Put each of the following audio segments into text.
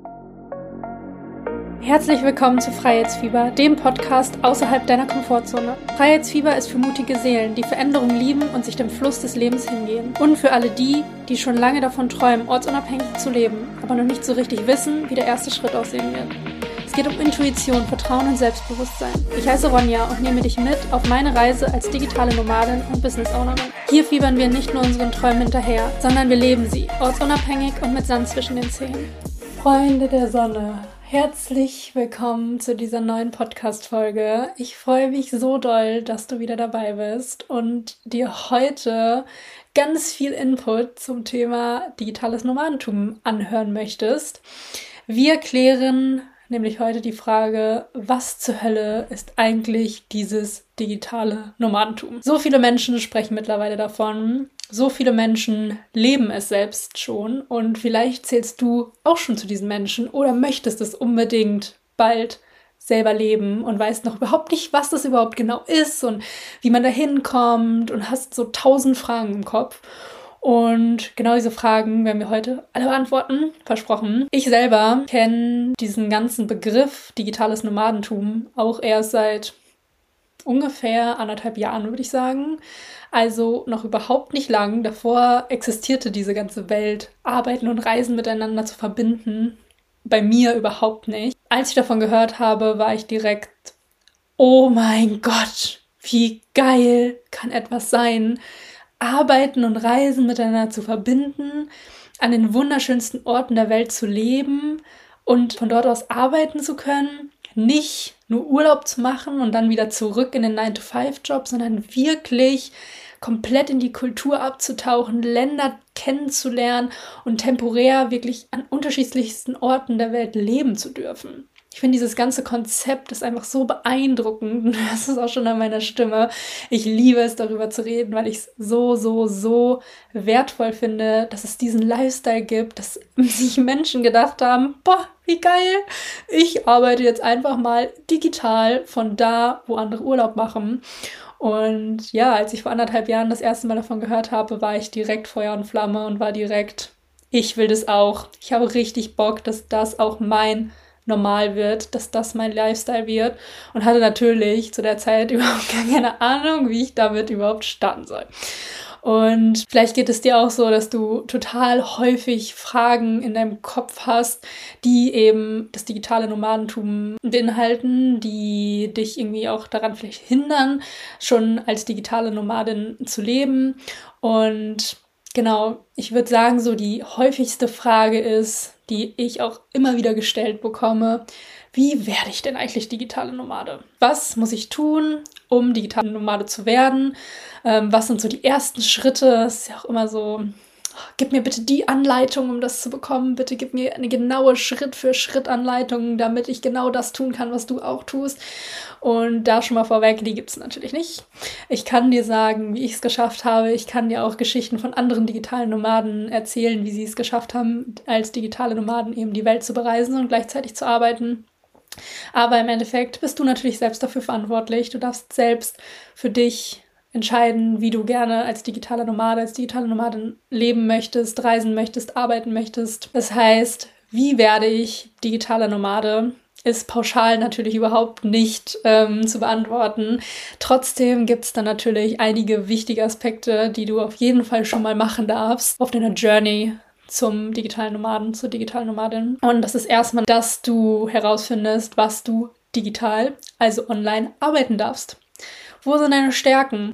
Herzlich willkommen zu Freiheitsfieber, dem Podcast außerhalb deiner Komfortzone. Freiheitsfieber ist für mutige Seelen, die Veränderung lieben und sich dem Fluss des Lebens hingehen. Und für alle die, die schon lange davon träumen, ortsunabhängig zu leben, aber noch nicht so richtig wissen, wie der erste Schritt aussehen wird. Es geht um Intuition, Vertrauen und Selbstbewusstsein. Ich heiße Ronja und nehme dich mit auf meine Reise als digitale Nomadin und Business-Ownerin. Hier fiebern wir nicht nur unseren Träumen hinterher, sondern wir leben sie, ortsunabhängig und mit Sand zwischen den Zähnen. Freunde der Sonne, herzlich willkommen zu dieser neuen Podcast-Folge. Ich freue mich so doll, dass du wieder dabei bist und dir heute ganz viel Input zum Thema digitales Nomadentum anhören möchtest. Wir klären nämlich heute die Frage, was zur Hölle ist eigentlich dieses digitale Nomadentum? So viele Menschen sprechen mittlerweile davon. So viele Menschen leben es selbst schon und vielleicht zählst du auch schon zu diesen Menschen oder möchtest es unbedingt bald selber leben und weißt noch überhaupt nicht, was das überhaupt genau ist und wie man da hinkommt und hast so 1000 Fragen im Kopf. Und genau diese Fragen werden wir heute alle beantworten, versprochen. Ich selber kenne diesen ganzen Begriff digitales Nomadentum auch erst seit ungefähr 1,5 Jahren, würde ich sagen. Also noch überhaupt nicht lang. Davor existierte diese ganze Welt, Arbeiten und Reisen miteinander zu verbinden, bei mir überhaupt nicht. Als ich davon gehört habe, war ich direkt, oh mein Gott, wie geil kann etwas sein, Arbeiten und Reisen miteinander zu verbinden, an den wunderschönsten Orten der Welt zu leben und von dort aus arbeiten zu können, nicht nur Urlaub zu machen und dann wieder zurück in den 9-to-5-Job, sondern wirklich komplett in die Kultur abzutauchen, Länder kennenzulernen und temporär wirklich an unterschiedlichsten Orten der Welt leben zu dürfen. Ich finde, dieses ganze Konzept ist einfach so beeindruckend. Das ist auch schon an meiner Stimme. Ich liebe es, darüber zu reden, weil ich es so wertvoll finde, dass es diesen Lifestyle gibt, dass sich Menschen gedacht haben, boah, wie geil, ich arbeite jetzt einfach mal digital von da, wo andere Urlaub machen. Und ja, als ich vor 1,5 Jahren das erste Mal davon gehört habe, war ich direkt Feuer und Flamme und war direkt, ich will das auch. Ich habe richtig Bock, dass das auch mein normal wird, dass das mein Lifestyle wird und hatte natürlich zu der Zeit überhaupt gar keine Ahnung, wie ich damit überhaupt starten soll. Und vielleicht geht es dir auch so, dass du total häufig Fragen in deinem Kopf hast, die eben das digitale Nomadentum beinhalten, die dich irgendwie auch daran vielleicht hindern, schon als digitale Nomadin zu leben. Und genau, ich würde sagen, so die häufigste Frage ist, die ich auch immer wieder gestellt bekomme, wie werde ich denn eigentlich digitale Nomade? Was muss ich tun, um digitale Nomade zu werden? Was sind so die ersten Schritte? Das ist ja auch immer so, gib mir bitte die Anleitung, um das zu bekommen. Bitte gib mir eine genaue Schritt-für-Schritt-Anleitung, damit ich genau das tun kann, was du auch tust. Und da schon mal vorweg, die gibt es natürlich nicht. Ich kann dir sagen, wie ich es geschafft habe. Ich kann dir auch Geschichten von anderen digitalen Nomaden erzählen, wie sie es geschafft haben, als digitale Nomaden eben die Welt zu bereisen und gleichzeitig zu arbeiten. Aber im Endeffekt bist du natürlich selbst dafür verantwortlich. Du darfst selbst für dich entscheiden, wie du gerne als digitaler Nomade, als digitale Nomadin leben möchtest, reisen möchtest, arbeiten möchtest. Das heißt, wie werde ich digitaler Nomade? Ist pauschal natürlich überhaupt nicht zu beantworten. Trotzdem gibt es dann natürlich einige wichtige Aspekte, die du auf jeden Fall schon mal machen darfst auf deiner Journey zum digitalen Nomaden, zur digitalen Nomadin. Und das ist erstmal, dass du herausfindest, was du digital, also online, arbeiten darfst. Wo sind deine Stärken?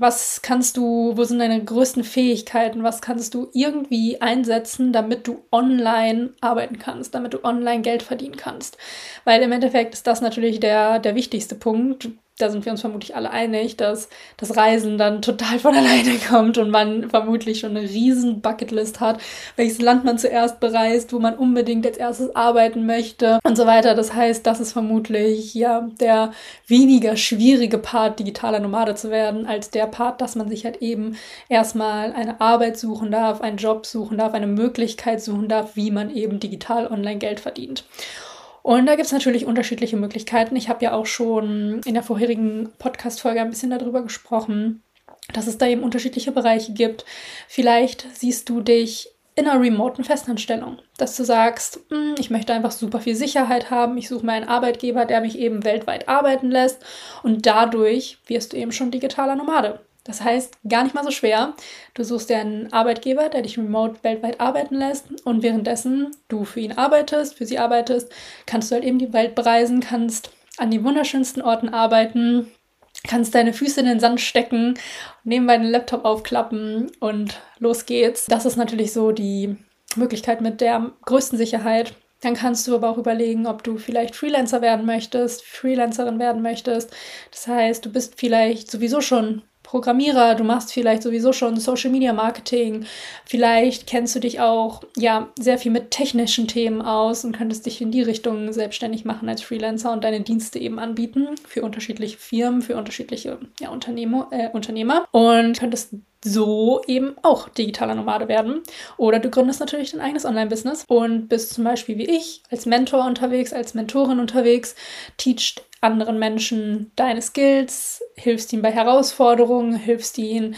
Wo sind deine größten Fähigkeiten? Was kannst du irgendwie einsetzen, damit du online arbeiten kannst, damit du online Geld verdienen kannst? Weil im Endeffekt ist das natürlich der wichtigste Punkt. Da sind wir uns vermutlich alle einig, dass das Reisen dann total von alleine kommt und man vermutlich schon eine riesen Bucketlist hat, welches Land man zuerst bereist, wo man unbedingt als erstes arbeiten möchte und so weiter. Das heißt, das ist vermutlich ja der weniger schwierige Part, digitaler Nomade zu werden, als der Part, dass man sich halt eben erstmal eine Arbeit suchen darf, einen Job suchen darf, eine Möglichkeit suchen darf, wie man eben digital online Geld verdient. Und da gibt es natürlich unterschiedliche Möglichkeiten. Ich habe ja auch schon in der vorherigen Podcast-Folge ein bisschen darüber gesprochen, dass es da eben unterschiedliche Bereiche gibt. Vielleicht siehst du dich in einer remoten Festanstellung. Dass du sagst, ich möchte einfach super viel Sicherheit haben, ich suche mir einen Arbeitgeber, der mich eben weltweit arbeiten lässt und dadurch wirst du eben schon digitaler Nomade. Das heißt, gar nicht mal so schwer. Du suchst dir einen Arbeitgeber, der dich remote weltweit arbeiten lässt und währenddessen du für ihn arbeitest, für sie arbeitest, kannst du halt eben die Welt bereisen, kannst an die wunderschönsten Orten arbeiten, kannst deine Füße in den Sand stecken, nebenbei den Laptop aufklappen und los geht's. Das ist natürlich so die Möglichkeit mit der größten Sicherheit. Dann kannst du aber auch überlegen, ob du vielleicht Freelancer werden möchtest, Freelancerin werden möchtest. Das heißt, du bist vielleicht sowieso schon Programmierer, du machst vielleicht sowieso schon Social Media Marketing, vielleicht kennst du dich auch sehr viel mit technischen Themen aus und könntest dich in die Richtung selbstständig machen als Freelancer und deine Dienste eben anbieten für unterschiedliche Firmen, für unterschiedliche Unternehmer und könntest so eben auch digitaler Nomade werden. Oder du gründest natürlich dein eigenes Online-Business und bist zum Beispiel wie ich als Mentor unterwegs, als Mentorin unterwegs, teachst anderen Menschen deine Skills, hilfst ihnen bei Herausforderungen, hilfst ihnen,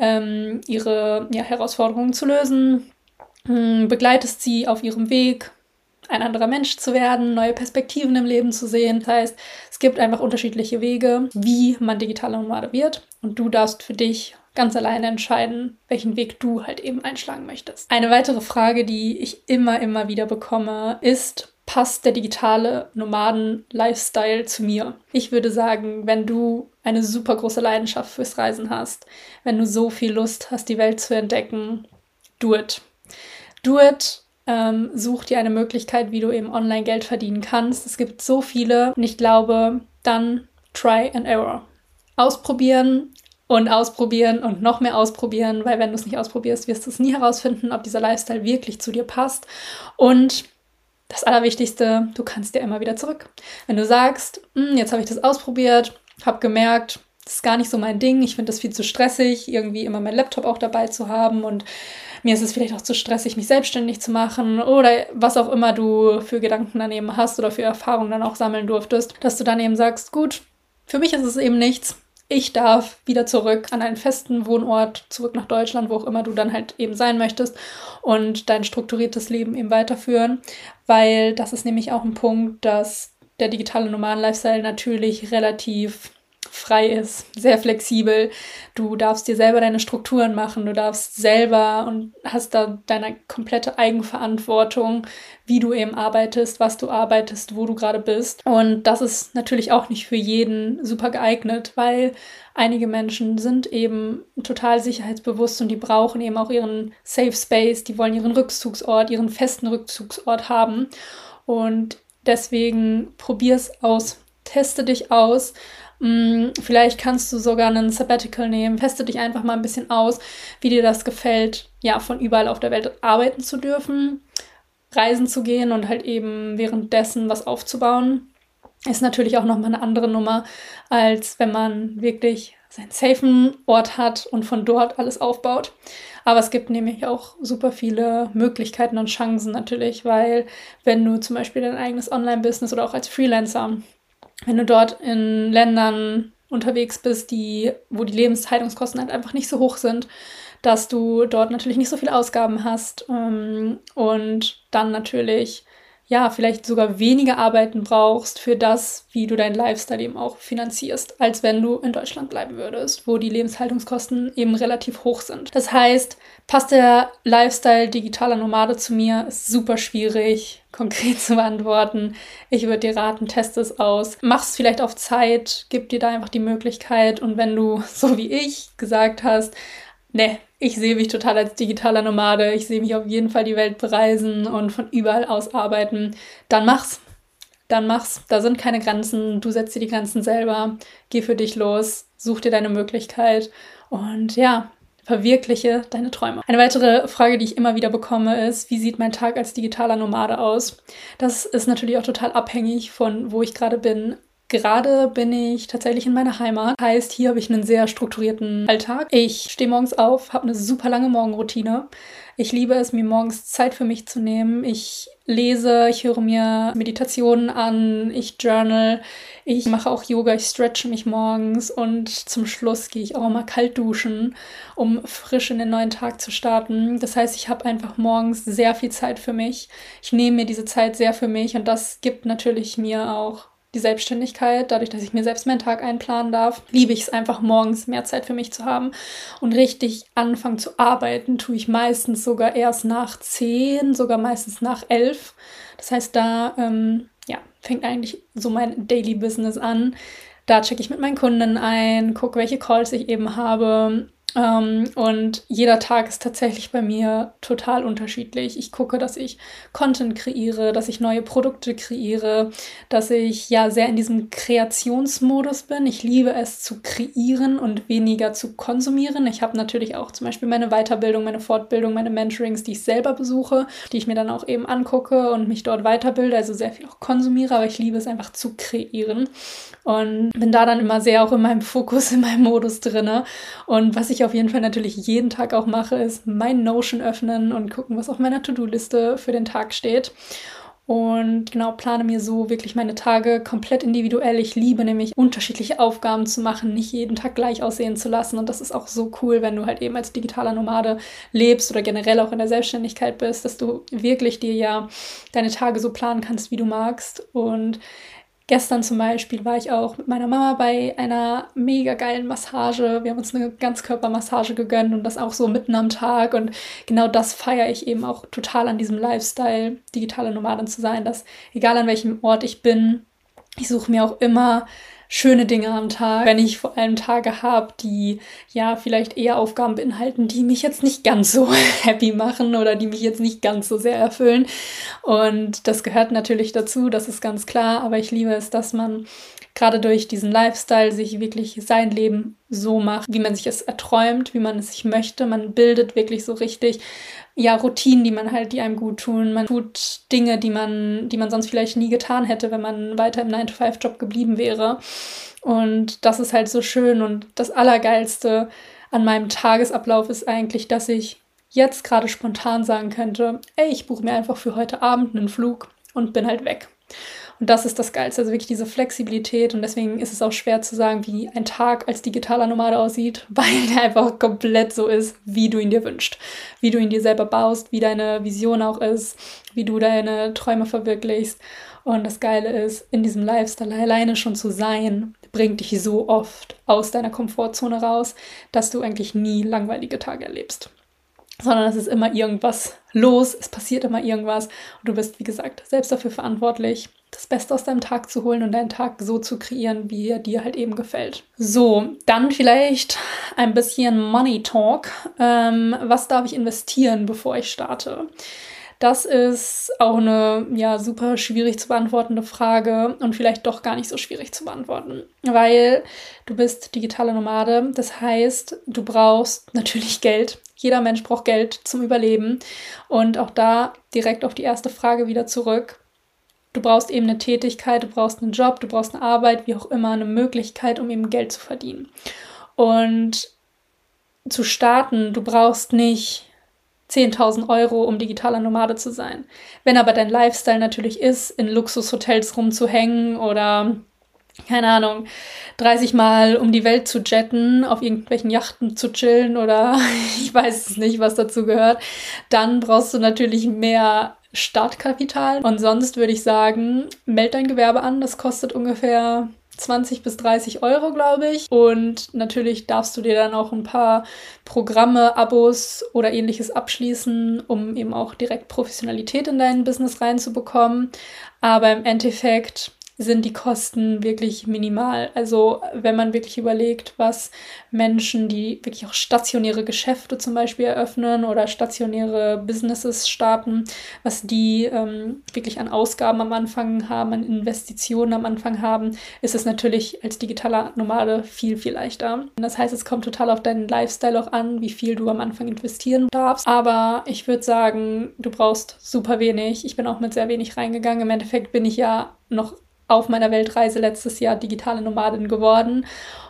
ihre Herausforderungen zu lösen, begleitest sie auf ihrem Weg, ein anderer Mensch zu werden, neue Perspektiven im Leben zu sehen. Das heißt, es gibt einfach unterschiedliche Wege, wie man digitaler Nomade wird und du darfst für dich ganz alleine entscheiden, welchen Weg du halt eben einschlagen möchtest. Eine weitere Frage, die ich immer wieder bekomme, ist: Passt der digitale Nomaden-Lifestyle zu mir? Ich würde sagen, wenn du eine super große Leidenschaft fürs Reisen hast, wenn du so viel Lust hast, die Welt zu entdecken, do it. Do it. Such dir eine Möglichkeit, wie du eben online Geld verdienen kannst. Es gibt so viele und ich glaube, dann try and error. Ausprobieren und noch mehr ausprobieren, weil wenn du es nicht ausprobierst, wirst du es nie herausfinden, ob dieser Lifestyle wirklich zu dir passt. Und das Allerwichtigste, du kannst ja immer wieder zurück. Wenn du sagst, jetzt habe ich das ausprobiert, habe gemerkt, das ist gar nicht so mein Ding, ich finde das viel zu stressig, irgendwie immer meinen Laptop auch dabei zu haben und mir ist es vielleicht auch zu stressig, mich selbstständig zu machen oder was auch immer du für Gedanken dann eben hast oder für Erfahrungen dann auch sammeln durftest, dass du dann eben sagst, gut, für mich ist es eben nichts. Ich darf wieder zurück an einen festen Wohnort, zurück nach Deutschland, wo auch immer du dann halt eben sein möchtest und dein strukturiertes Leben eben weiterführen, weil das ist nämlich auch ein Punkt, dass der digitale Nomaden-Lifestyle natürlich relativ frei ist, sehr flexibel. Du darfst dir selber deine Strukturen machen, du darfst selber und hast da deine komplette Eigenverantwortung, wie du eben arbeitest, was du arbeitest, wo du gerade bist. Und das ist natürlich auch nicht für jeden super geeignet, weil einige Menschen sind eben total sicherheitsbewusst und die brauchen eben auch ihren Safe Space, die wollen ihren Rückzugsort, ihren festen Rückzugsort haben. Und deswegen probier's aus, teste dich aus. Vielleicht kannst du sogar einen Sabbatical nehmen, teste dich einfach mal ein bisschen aus, wie dir das gefällt, von überall auf der Welt arbeiten zu dürfen, reisen zu gehen und halt eben währenddessen was aufzubauen. Ist natürlich auch nochmal eine andere Nummer, als wenn man wirklich seinen safen Ort hat und von dort alles aufbaut. Aber es gibt nämlich auch super viele Möglichkeiten und Chancen natürlich, weil wenn du zum Beispiel dein eigenes Online-Business oder auch als Freelancer, wenn du dort in Ländern unterwegs bist, wo die Lebenshaltungskosten halt einfach nicht so hoch sind, dass du dort natürlich nicht so viele Ausgaben hast und dann natürlich vielleicht sogar weniger arbeiten brauchst für das, wie du deinen Lifestyle eben auch finanzierst, als wenn du in Deutschland bleiben würdest, wo die Lebenshaltungskosten eben relativ hoch sind. Das heißt, passt der Lifestyle digitaler Nomade zu mir? Ist super schwierig, konkret zu beantworten. Ich würde dir raten, teste es aus. Mach es vielleicht auf Zeit, gib dir da einfach die Möglichkeit und wenn du, so wie ich, gesagt hast, ich sehe mich total als digitaler Nomade. Ich sehe mich auf jeden Fall die Welt bereisen und von überall aus arbeiten. Dann mach's. Da sind keine Grenzen. Du setzt dir die Grenzen selber. Geh für dich los. Such dir deine Möglichkeit. Und verwirkliche deine Träume. Eine weitere Frage, die ich immer wieder bekomme, ist, wie sieht mein Tag als digitaler Nomade aus? Das ist natürlich auch total abhängig von, wo ich gerade bin. Gerade bin ich tatsächlich in meiner Heimat. Heißt, hier habe ich einen sehr strukturierten Alltag. Ich stehe morgens auf, habe eine super lange Morgenroutine. Ich liebe es, mir morgens Zeit für mich zu nehmen. Ich lese, ich höre mir Meditationen an, ich journal, ich mache auch Yoga, ich stretche mich morgens und zum Schluss gehe ich auch immer kalt duschen, um frisch in den neuen Tag zu starten. Das heißt, ich habe einfach morgens sehr viel Zeit für mich. Ich nehme mir diese Zeit sehr für mich und das gibt natürlich mir auch die Selbstständigkeit, dadurch, dass ich mir selbst meinen Tag einplanen darf, liebe ich es einfach morgens mehr Zeit für mich zu haben und richtig anfangen zu arbeiten, tue ich meistens sogar erst nach 10, sogar meistens nach 11. Das heißt, da fängt eigentlich so mein Daily Business an. Da checke ich mit meinen Kunden ein, gucke, welche Calls ich eben habe. Und jeder Tag ist tatsächlich bei mir total unterschiedlich. Ich gucke, dass ich Content kreiere, dass ich neue Produkte kreiere, dass ich ja sehr in diesem Kreationsmodus bin. Ich liebe es zu kreieren und weniger zu konsumieren. Ich habe natürlich auch zum Beispiel meine Weiterbildung, meine Fortbildung, meine Mentorings, die ich selber besuche, die ich mir dann auch eben angucke und mich dort weiterbilde, also sehr viel auch konsumiere, aber ich liebe es einfach zu kreieren und bin da dann immer sehr auch in meinem Fokus, in meinem Modus drinne. Und was ich auf jeden Fall natürlich jeden Tag auch mache, ist mein Notion öffnen und gucken, was auf meiner To-Do-Liste für den Tag steht. Und genau, plane mir so wirklich meine Tage komplett individuell. Ich liebe nämlich unterschiedliche Aufgaben zu machen, nicht jeden Tag gleich aussehen zu lassen. Und das ist auch so cool, wenn du halt eben als digitaler Nomade lebst oder generell auch in der Selbstständigkeit bist, dass du wirklich dir ja deine Tage so planen kannst, wie du magst. Und gestern zum Beispiel war ich auch mit meiner Mama bei einer mega geilen Massage. Wir haben uns eine Ganzkörpermassage gegönnt und das auch so mitten am Tag. Und genau das feiere ich eben auch total an diesem Lifestyle, digitale Nomadin zu sein, dass egal an welchem Ort ich bin, ich suche mir auch immer schöne Dinge am Tag, wenn ich vor allem Tage habe, die ja vielleicht eher Aufgaben beinhalten, die mich jetzt nicht ganz so happy machen oder die mich jetzt nicht ganz so sehr erfüllen. Und das gehört natürlich dazu, das ist ganz klar, aber ich liebe es, dass man gerade durch diesen Lifestyle sich wirklich sein Leben so macht, wie man sich es erträumt, wie man es sich möchte. Man bildet wirklich so richtig, ja, Routinen, die einem gut tun. Man tut Dinge, die man sonst vielleicht nie getan hätte, wenn man weiter im 9-to-5-Job geblieben wäre. Und das ist halt so schön. Und das Allergeilste an meinem Tagesablauf ist eigentlich, dass ich jetzt gerade spontan sagen könnte, ey, ich buche mir einfach für heute Abend einen Flug und bin halt weg. Und das ist das Geilste, also wirklich diese Flexibilität. Und deswegen ist es auch schwer zu sagen, wie ein Tag als digitaler Nomade aussieht, weil der einfach komplett so ist, wie du ihn dir wünschst. Wie du ihn dir selber baust, wie deine Vision auch ist, wie du deine Träume verwirklichst. Und das Geile ist, in diesem Lifestyle alleine schon zu sein, bringt dich so oft aus deiner Komfortzone raus, dass du eigentlich nie langweilige Tage erlebst. Sondern es ist immer irgendwas los, es passiert immer irgendwas und du bist, wie gesagt, selbst dafür verantwortlich, das Beste aus deinem Tag zu holen und deinen Tag so zu kreieren, wie er dir halt eben gefällt. So, dann vielleicht ein bisschen Money Talk. Was darf ich investieren, bevor ich starte? Das ist auch eine super schwierig zu beantwortende Frage und vielleicht doch gar nicht so schwierig zu beantworten, weil du bist digitale Nomade. Das heißt, du brauchst natürlich Geld. Jeder Mensch braucht Geld zum Überleben. Und auch da direkt auf die erste Frage wieder zurück. Du brauchst eben eine Tätigkeit, du brauchst einen Job, du brauchst eine Arbeit, wie auch immer, eine Möglichkeit, um eben Geld zu verdienen. Und zu starten, du brauchst nicht 10.000 Euro, um digitaler Nomade zu sein. Wenn aber dein Lifestyle natürlich ist, in Luxushotels rumzuhängen oder, keine Ahnung, 30 Mal um die Welt zu jetten, auf irgendwelchen Yachten zu chillen oder ich weiß es nicht, was dazu gehört, dann brauchst du natürlich mehr Startkapital. Und sonst würde ich sagen, meld dein Gewerbe an, das kostet ungefähr 20 bis 30 Euro, glaube ich. Und natürlich darfst du dir dann auch ein paar Programme, Abos oder ähnliches abschließen, um eben auch direkt Professionalität in dein Business reinzubekommen. Aber im Endeffekt sind die Kosten wirklich minimal. Also wenn man wirklich überlegt, was Menschen, die wirklich auch stationäre Geschäfte zum Beispiel eröffnen oder stationäre Businesses starten, was die wirklich an Ausgaben am Anfang haben, an Investitionen am Anfang haben, ist es natürlich als digitaler Nomade viel, viel leichter. Das heißt, es kommt total auf deinen Lifestyle auch an, wie viel du am Anfang investieren darfst. Aber ich würde sagen, du brauchst super wenig. Ich bin auch mit sehr wenig reingegangen. Im Endeffekt bin ich ja noch auf meiner Weltreise letztes Jahr digitale Nomadin geworden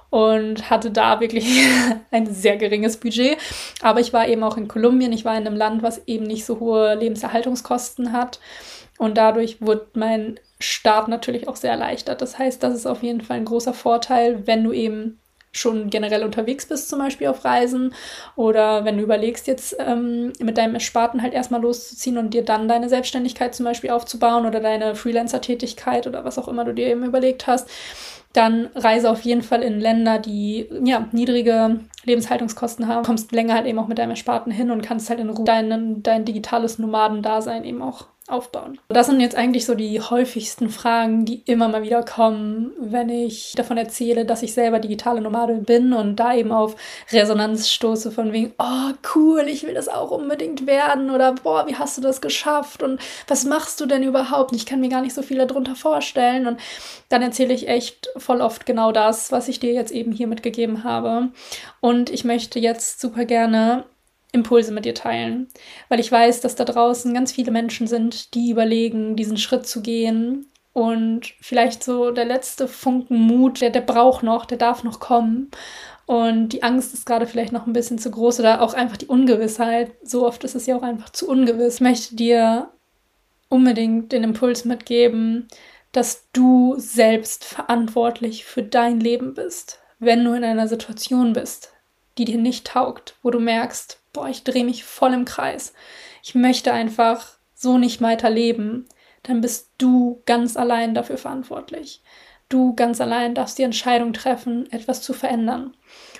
und hatte da wirklich ein sehr geringes Budget. Aber ich war eben auch in Kolumbien, ich war in einem Land, was eben nicht so hohe Lebenserhaltungskosten hat. Und dadurch wurde mein Start natürlich auch sehr erleichtert. Das heißt, das ist auf jeden Fall ein großer Vorteil, wenn du eben schon generell unterwegs bist, zum Beispiel auf Reisen, oder wenn du überlegst, jetzt mit deinem Ersparten halt erstmal loszuziehen und dir dann deine Selbstständigkeit zum Beispiel aufzubauen oder deine Freelancer-Tätigkeit oder was auch immer du dir eben überlegt hast, dann reise auf jeden Fall in Länder, die ja niedrige Lebenshaltungskosten haben, kommst länger halt eben auch mit deinem Ersparten hin und kannst halt in Ruhe dein digitales Nomadendasein eben auch aufbauen. Das sind jetzt eigentlich so die häufigsten Fragen, die immer mal wieder kommen, wenn ich davon erzähle, dass ich selber digitale Nomadin bin und da eben auf Resonanz stoße von wegen, oh cool, ich will das auch unbedingt werden oder boah, wie hast du das geschafft und was machst du denn überhaupt? Ich kann mir gar nicht so viel darunter vorstellen und dann erzähle ich echt voll oft genau das, was ich dir jetzt eben hier mitgegeben habe. Und ich möchte jetzt super gerne Impulse mit dir teilen, weil ich weiß, dass da draußen ganz viele Menschen sind, die überlegen, diesen Schritt zu gehen und vielleicht so der letzte Funken Mut, der braucht noch, der darf noch kommen und die Angst ist gerade vielleicht noch ein bisschen zu groß oder auch einfach die Ungewissheit, so oft ist es ja auch einfach zu ungewiss. Ich möchte dir unbedingt den Impuls mitgeben, dass du selbst verantwortlich für dein Leben bist, wenn du in einer Situation bist, die dir nicht taugt, wo du merkst, boah, ich drehe mich voll im Kreis. Ich möchte einfach so nicht weiter leben. Dann bist du ganz allein dafür verantwortlich. Du ganz allein darfst die Entscheidung treffen, etwas zu verändern.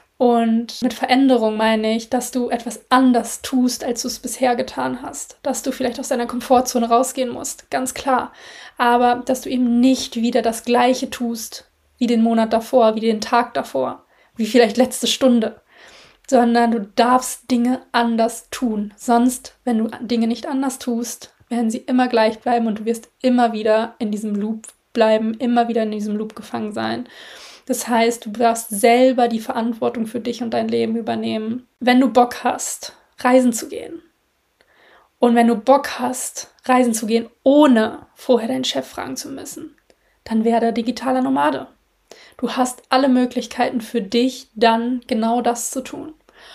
Und mit Veränderung meine ich, dass du etwas anders tust, als du es bisher getan hast. Dass du vielleicht aus deiner Komfortzone rausgehen musst, ganz klar. Aber dass du eben nicht wieder das Gleiche tust, wie den Monat davor, wie den Tag davor, wie vielleicht letzte Stunde. Sondern du darfst Dinge anders tun. Sonst, wenn du Dinge nicht anders tust, werden sie immer gleich bleiben und du wirst immer wieder in diesem Loop bleiben, immer wieder in diesem Loop gefangen sein. Das heißt, du darfst selber die Verantwortung für dich und dein Leben übernehmen. Wenn du Bock hast, reisen zu gehen und wenn du Bock hast, reisen zu gehen, ohne vorher deinen Chef fragen zu müssen, dann werde digitaler Nomade. Du hast alle Möglichkeiten für dich, dann genau das zu tun.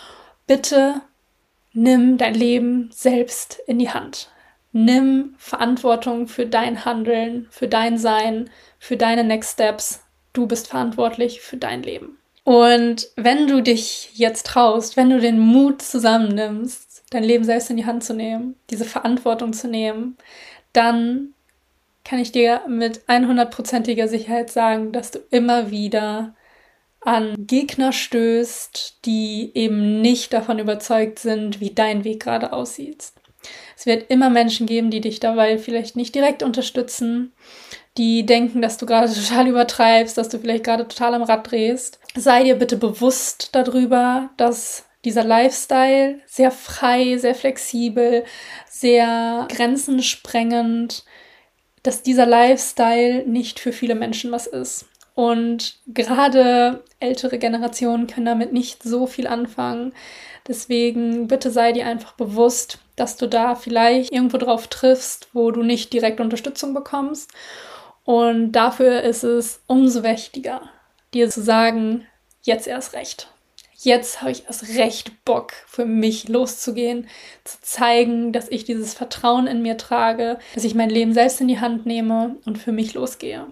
Bitte nimm dein Leben selbst in die Hand. Nimm Verantwortung für dein Handeln, für dein Sein, für deine Next Steps. Du bist verantwortlich für dein Leben. Und wenn du dich jetzt traust, wenn du den Mut zusammennimmst, dein Leben selbst in die Hand zu nehmen, diese Verantwortung zu nehmen, dann kann ich dir mit 100%iger Sicherheit sagen, dass du immer wieder an Gegner stößt, die eben nicht davon überzeugt sind, wie dein Weg gerade aussieht. Es wird immer Menschen geben, die dich dabei vielleicht nicht direkt unterstützen, die denken, dass du gerade total übertreibst, dass du vielleicht gerade total am Rad drehst. Sei dir bitte bewusst darüber, dass dieser Lifestyle sehr frei, sehr flexibel, sehr grenzensprengend, dass dieser Lifestyle nicht für viele Menschen was ist. Und gerade ältere Generationen können damit nicht so viel anfangen. Deswegen bitte sei dir einfach bewusst, dass du da vielleicht irgendwo drauf triffst, wo du nicht direkt Unterstützung bekommst. Und dafür ist es umso wichtiger, dir zu sagen, jetzt erst recht. Jetzt habe ich erst recht Bock, für mich loszugehen, zu zeigen, dass ich dieses Vertrauen in mir trage, dass ich mein Leben selbst in die Hand nehme und für mich losgehe.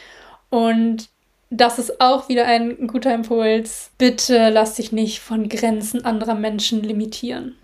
Und das ist auch wieder ein guter Impuls. Bitte lass dich nicht von Grenzen anderer Menschen limitieren.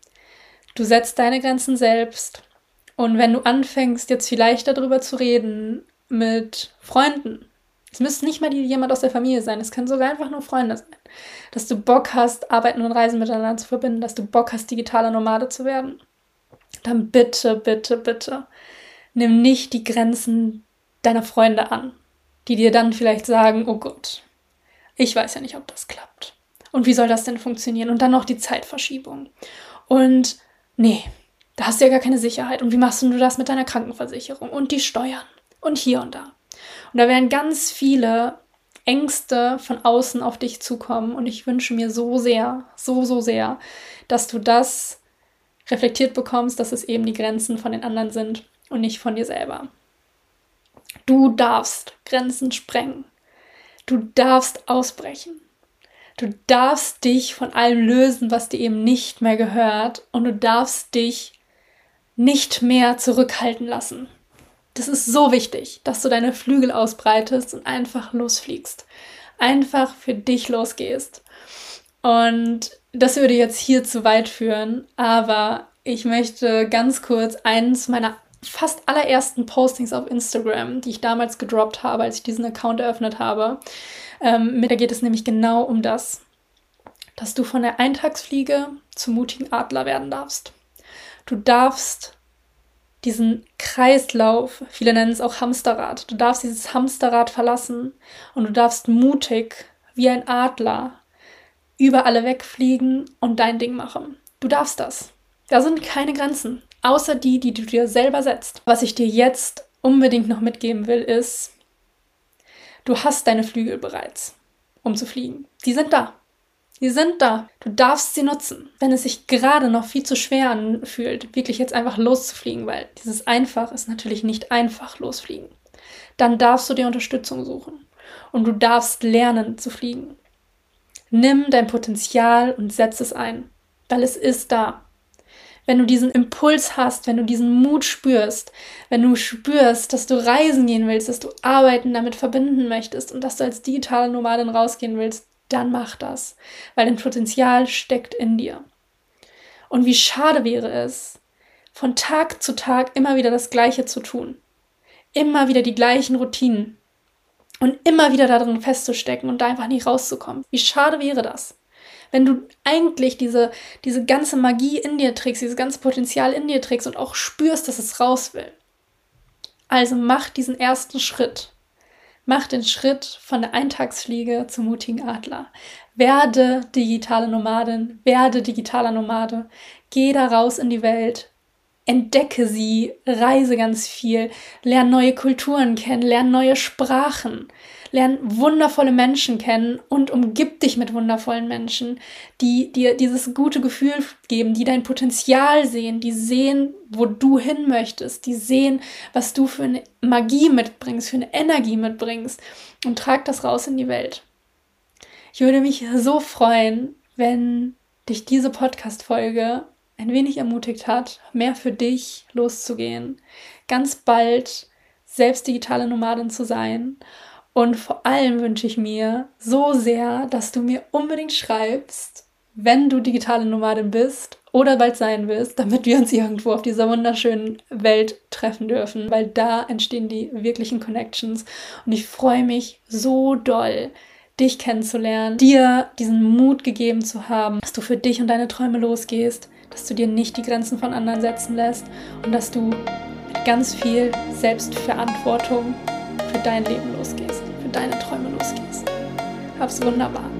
Du setzt deine Grenzen selbst. Und wenn du anfängst, jetzt vielleicht darüber zu reden mit Freunden, es müsste nicht mal jemand aus der Familie sein, es können sogar einfach nur Freunde sein, dass du Bock hast, Arbeiten und Reisen miteinander zu verbinden, dass du Bock hast, digitaler Nomade zu werden, dann bitte, bitte, bitte nimm nicht die Grenzen deiner Freunde an, die dir dann vielleicht sagen, oh Gott, ich weiß ja nicht, ob das klappt. Und wie soll das denn funktionieren? Und dann noch die Zeitverschiebung. Und nee, da hast du ja gar keine Sicherheit. Und wie machst du das mit deiner Krankenversicherung? Und die Steuern. Und hier und da. Und da werden ganz viele Ängste von außen auf dich zukommen. Und ich wünsche mir so sehr, so sehr, dass du das reflektiert bekommst, dass es eben die Grenzen von den anderen sind und nicht von dir selber. Du darfst Grenzen sprengen. Du darfst ausbrechen. Du darfst dich von allem lösen, was dir eben nicht mehr gehört. Und du darfst dich nicht mehr zurückhalten lassen. Das ist so wichtig, dass du deine Flügel ausbreitest und einfach losfliegst. Einfach für dich losgehst. Und das würde jetzt hier zu weit führen, aber ich möchte ganz kurz eins meiner fast allerersten Postings auf Instagram, die ich damals gedroppt habe, als ich diesen Account eröffnet habe, da geht es nämlich genau um das, dass du von der Eintagsfliege zum mutigen Adler werden darfst. Du darfst diesen Kreislauf, viele nennen es auch Hamsterrad, du darfst dieses Hamsterrad verlassen und du darfst mutig wie ein Adler über alle wegfliegen und dein Ding machen. Du darfst das. Da sind keine Grenzen, außer die du dir selber setzt. Was ich dir jetzt unbedingt noch mitgeben will, ist, du hast deine Flügel bereits, um zu fliegen. Die sind da. Die sind da. Du darfst sie nutzen. Wenn es sich gerade noch viel zu schwer anfühlt, wirklich jetzt einfach loszufliegen, weil dieses einfach ist natürlich nicht einfach losfliegen, dann darfst du dir Unterstützung suchen. Und du darfst lernen zu fliegen. Nimm dein Potenzial und setz es ein, weil es ist da. Wenn du diesen Impuls hast, wenn du diesen Mut spürst, wenn du spürst, dass du reisen gehen willst, dass du Arbeiten damit verbinden möchtest und dass du als digitale Nomadin rausgehen willst, dann mach das, weil dein Potenzial steckt in dir. Und wie schade wäre es, von Tag zu Tag immer wieder das Gleiche zu tun, immer wieder die gleichen Routinen und immer wieder darin festzustecken und da einfach nicht rauszukommen. Wie schade wäre das? Wenn du eigentlich diese ganze Magie in dir trägst, dieses ganze Potenzial in dir trägst und auch spürst, dass es raus will. Also mach diesen ersten Schritt. Mach den Schritt von der Eintagsfliege zum mutigen Adler. Werde digitale Nomadin, werde digitaler Nomade. Geh da raus in die Welt. Entdecke sie, reise ganz viel, lerne neue Kulturen kennen, lerne neue Sprachen, lerne wundervolle Menschen kennen und umgib dich mit wundervollen Menschen, die dir dieses gute Gefühl geben, die dein Potenzial sehen, die sehen, wo du hin möchtest, die sehen, was du für eine Magie mitbringst, für eine Energie mitbringst und trag das raus in die Welt. Ich würde mich so freuen, wenn dich diese Podcast-Folge ein wenig ermutigt hat, mehr für dich loszugehen, ganz bald selbst digitale Nomadin zu sein. Und vor allem wünsche ich mir so sehr, dass du mir unbedingt schreibst, wenn du digitale Nomadin bist oder bald sein willst, damit wir uns irgendwo auf dieser wunderschönen Welt treffen dürfen, weil da entstehen die wirklichen Connections. Und ich freue mich so doll, dich kennenzulernen, dir diesen Mut gegeben zu haben, dass du für dich und deine Träume losgehst, dass du dir nicht die Grenzen von anderen setzen lässt und dass du mit ganz viel Selbstverantwortung für dein Leben losgehst, für deine Träume losgehst. Hab's wunderbar.